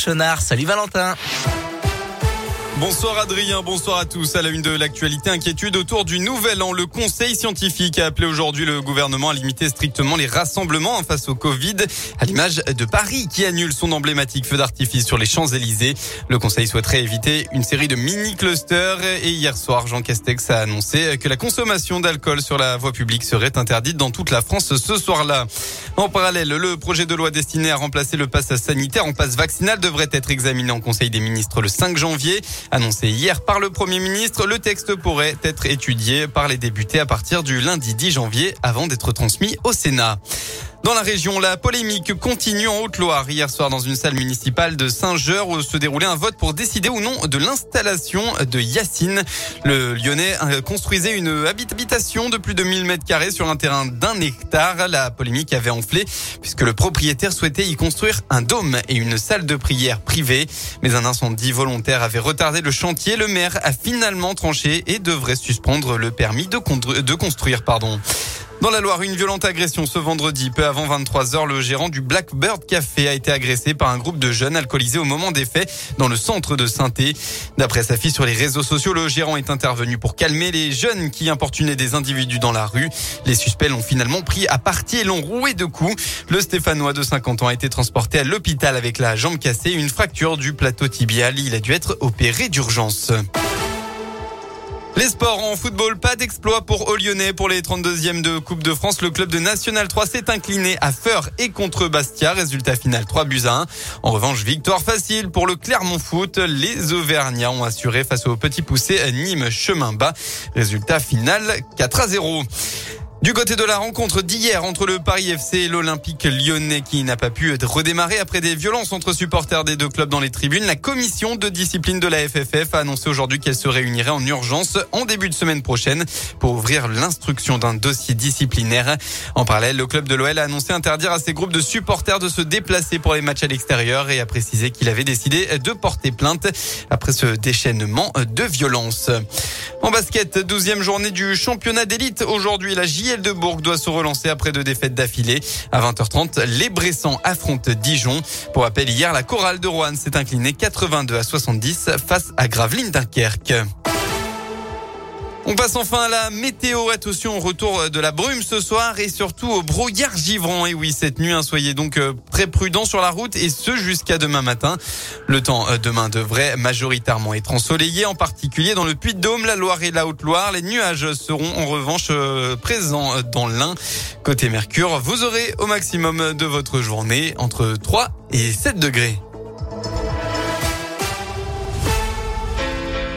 Chenard. Salut Valentin. Bonsoir Adrien, bonsoir à tous. À la une de l'actualité, inquiétude autour du nouvel an. Le Conseil scientifique a appelé aujourd'hui le gouvernement à limiter strictement les rassemblements face au Covid, à l'image de Paris qui annule son emblématique feu d'artifice sur les Champs-Élysées. Le Conseil souhaiterait éviter une série de mini-clusters et hier soir, Jean Castex a annoncé que la consommation d'alcool sur la voie publique serait interdite dans toute la France ce soir-là. En parallèle, le projet de loi destiné à remplacer le pass sanitaire en pass vaccinal devrait être examiné en Conseil des ministres le 5 janvier. Annoncé hier par le Premier ministre, le texte pourrait être étudié par les députés à partir du lundi 10 janvier avant d'être transmis au Sénat. Dans la région, la polémique continue en Haute-Loire. Hier soir, dans une salle municipale de Saint-Jeur, où se déroulait un vote pour décider ou non de l'installation de Yacine. Le Lyonnais construisait une habitation de plus de 1000 m² sur un terrain d'1 hectare. La polémique avait enflé puisque le propriétaire souhaitait y construire un dôme et une salle de prière privée. Mais un incendie volontaire avait retardé le chantier. Le maire a finalement tranché et devrait suspendre le permis de construire. Dans la Loire, une violente agression ce vendredi. Peu avant 23h, le gérant du Blackbird Café a été agressé par un groupe de jeunes alcoolisés au moment des faits dans le centre de Saint-Thé. D'après sa fille sur les réseaux sociaux, le gérant est intervenu pour calmer les jeunes qui importunaient des individus dans la rue. Les suspects l'ont finalement pris à partie et l'ont roué de coups. Le Stéphanois de 50 ans a été transporté à l'hôpital avec la jambe cassée et une fracture du plateau tibial. Il a dû être opéré d'urgence. Les sports en football, pas d'exploit pour Lyonnais pour les 32e de Coupe de France. Le club de National 3 s'est incliné à Feur et contre Bastia. Résultat final 3-1. En revanche, victoire facile pour le Clermont Foot. Les Auvergnats ont assuré face au Petit Poussé Nîmes chemin bas. Résultat final 4-0. Du côté de la rencontre d'hier entre le Paris FC et l'Olympique lyonnais qui n'a pas pu redémarrer après des violences entre supporters des deux clubs dans les tribunes, la commission de discipline de la FFF a annoncé aujourd'hui qu'elle se réunirait en urgence en début de semaine prochaine pour ouvrir l'instruction d'un dossier disciplinaire. En parallèle, le club de l'OL a annoncé interdire à ses groupes de supporters de se déplacer pour les matchs à l'extérieur et a précisé qu'il avait décidé de porter plainte après ce déchaînement de violence. En basket, 12e journée du championnat d'élite. Aujourd'hui, la JL de Bourg doit se relancer après 2 défaites d'affilée. À 20h30, les Bressans affrontent Dijon. Pour rappel, hier, la chorale de Roanne s'est inclinée 82-70 face à Gravelines Dunkerque. On passe enfin à la météo. Attention au retour de la brume ce soir et surtout au brouillard givrant. Et oui, cette nuit, soyez donc très prudents sur la route et ce jusqu'à demain matin. Le temps demain devrait majoritairement être ensoleillé, en particulier dans le Puy-de-Dôme, la Loire et la Haute-Loire. Les nuages seront en revanche présents dans l'Ain. Côté Mercure, vous aurez au maximum de votre journée entre 3 et 7 degrés.